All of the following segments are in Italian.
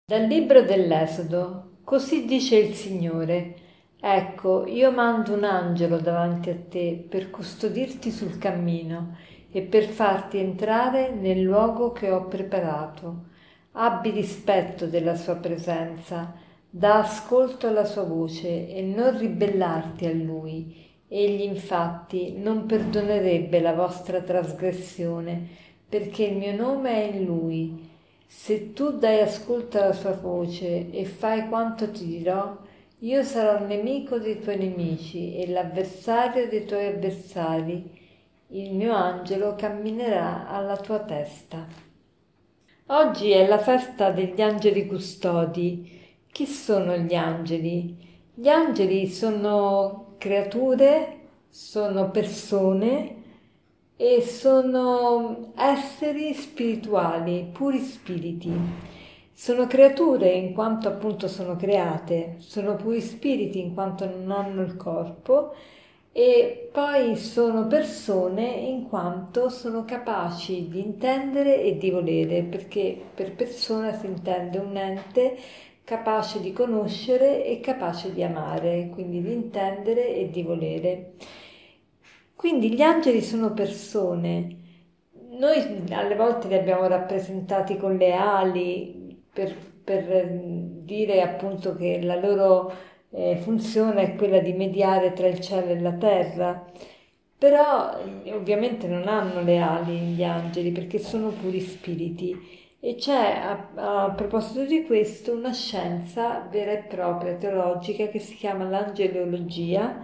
Dal libro dell'Esodo, così dice il Signore: Ecco, io mando un angelo davanti a te per custodirti sul cammino e per farti entrare nel luogo che ho preparato. Abbi rispetto della sua presenza, dà ascolto alla sua voce e non ribellarti a lui. Egli infatti non perdonerebbe la vostra trasgressione, perché il mio nome è in lui. Se tu dai ascolto alla sua voce e fai quanto ti dirò, io sarò il nemico dei tuoi nemici e l'avversario dei tuoi avversari. Il mio angelo camminerà alla tua testa. Oggi è la festa degli angeli custodi. Chi sono gli angeli? Gli angeli sono creature, sono persone e sono esseri spirituali, puri spiriti. Sono creature in quanto appunto sono create, sono puri spiriti in quanto non hanno il corpo e poi sono persone in quanto sono capaci di intendere e di volere, perché per persona si intende un ente capace di conoscere e capace di amare, quindi di intendere e di volere. Quindi gli angeli sono persone. Noi alle volte li abbiamo rappresentati con le ali per dire appunto che la loro funzione è quella di mediare tra il cielo e la terra. Però ovviamente non hanno le ali gli angeli perché sono puri spiriti. E c'è a proposito di questo una scienza vera e propria teologica che si chiama l'angeleologia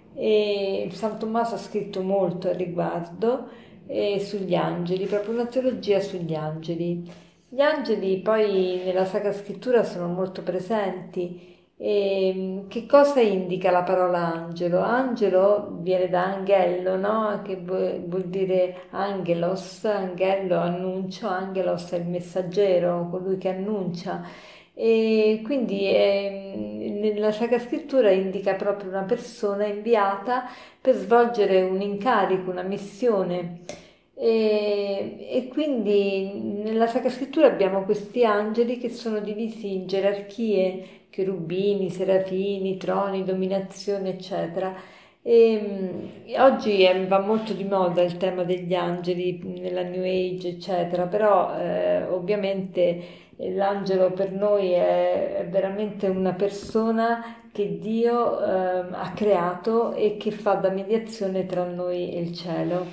e San Tommaso ha scritto molto al riguardo sugli angeli, proprio una teologia sugli angeli. Gli angeli poi nella Sacra Scrittura sono molto presenti. E che cosa indica la parola angelo? Angelo viene da angelo, no? Che vuol dire angelos, angelo, annuncio, angelos è il messaggero, colui che annuncia. E quindi nella Sacra Scrittura indica proprio una persona inviata per svolgere un incarico, una missione. E quindi nella Sacra Scrittura abbiamo questi angeli che sono divisi in gerarchie, cherubini, serafini, troni, dominazione, eccetera. Oggi va molto di moda il tema degli angeli nella New Age, eccetera, però ovviamente l'angelo per noi è veramente una persona che Dio ha creato e che fa da mediazione tra noi e il cielo.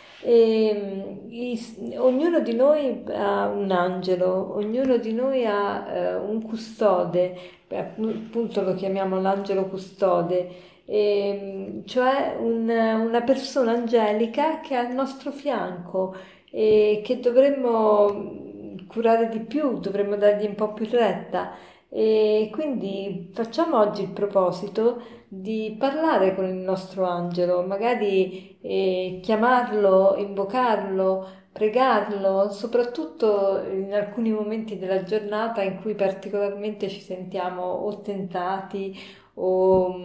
Ognuno di noi ha un angelo, ognuno di noi ha un custode, appunto lo chiamiamo l'angelo custode, cioè una persona angelica che è al nostro fianco e che dovremmo curare di più, dovremmo dargli un po' più retta. E quindi facciamo oggi il proposito di parlare con il nostro angelo, magari chiamarlo, invocarlo, pregarlo, soprattutto in alcuni momenti della giornata in cui particolarmente ci sentiamo o tentati o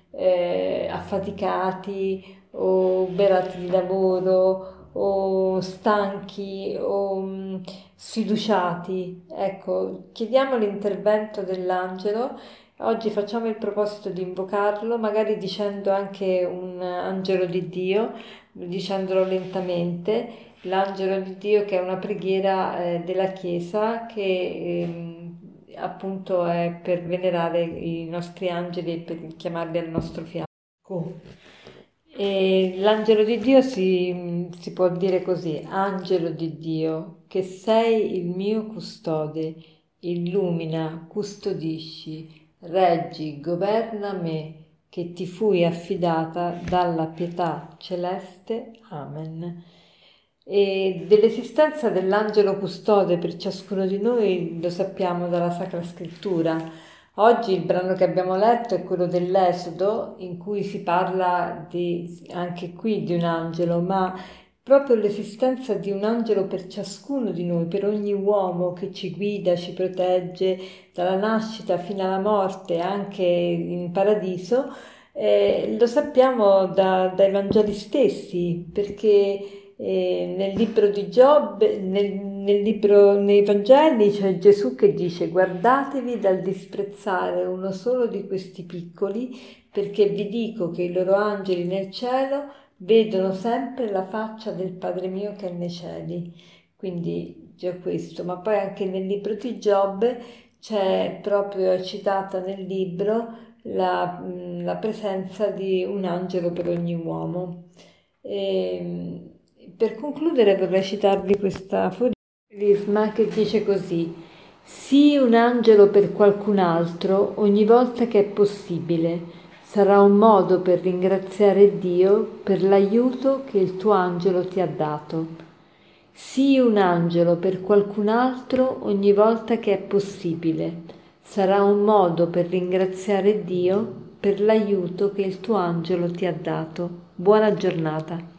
affaticati o oberati di lavoro o stanchi o sfiduciati. Ecco, chiediamo l'intervento dell'angelo. Oggi facciamo il proposito di invocarlo, magari dicendo anche un angelo di Dio, dicendolo lentamente. L'angelo di Dio che è una preghiera della Chiesa che appunto è per venerare i nostri angeli e per chiamarli al nostro fianco. E l'angelo di Dio si può dire così: Angelo di Dio, che sei il mio custode, illumina, custodisci, reggi, governa me, che ti fui affidata dalla pietà celeste. Amen. E dell'esistenza dell'angelo custode per ciascuno di noi lo sappiamo dalla Sacra Scrittura. Oggi il brano che abbiamo letto è quello dell'Esodo, in cui si parla anche qui di un angelo, ma proprio l'esistenza di un angelo per ciascuno di noi, per ogni uomo che ci guida, ci protegge dalla nascita fino alla morte, anche in paradiso, lo sappiamo dai Vangeli stessi, perché nel libro di Giobbe, nei Vangeli c'è Gesù che dice: guardatevi dal disprezzare uno solo di questi piccoli, perché vi dico che i loro angeli nel cielo vedono sempre la faccia del Padre mio che è nei cieli. Quindi già questo, ma poi anche nel libro di Giobbe c'è proprio citata nel libro la presenza di un angelo per ogni uomo. Per concludere vorrei citarvi questa aforisma che dice così: sii un angelo per qualcun altro ogni volta che è possibile. Sarà un modo per ringraziare Dio per l'aiuto che il tuo angelo ti ha dato. Sii un angelo per qualcun altro ogni volta che è possibile. Sarà un modo per ringraziare Dio per l'aiuto che il tuo angelo ti ha dato. Buona giornata.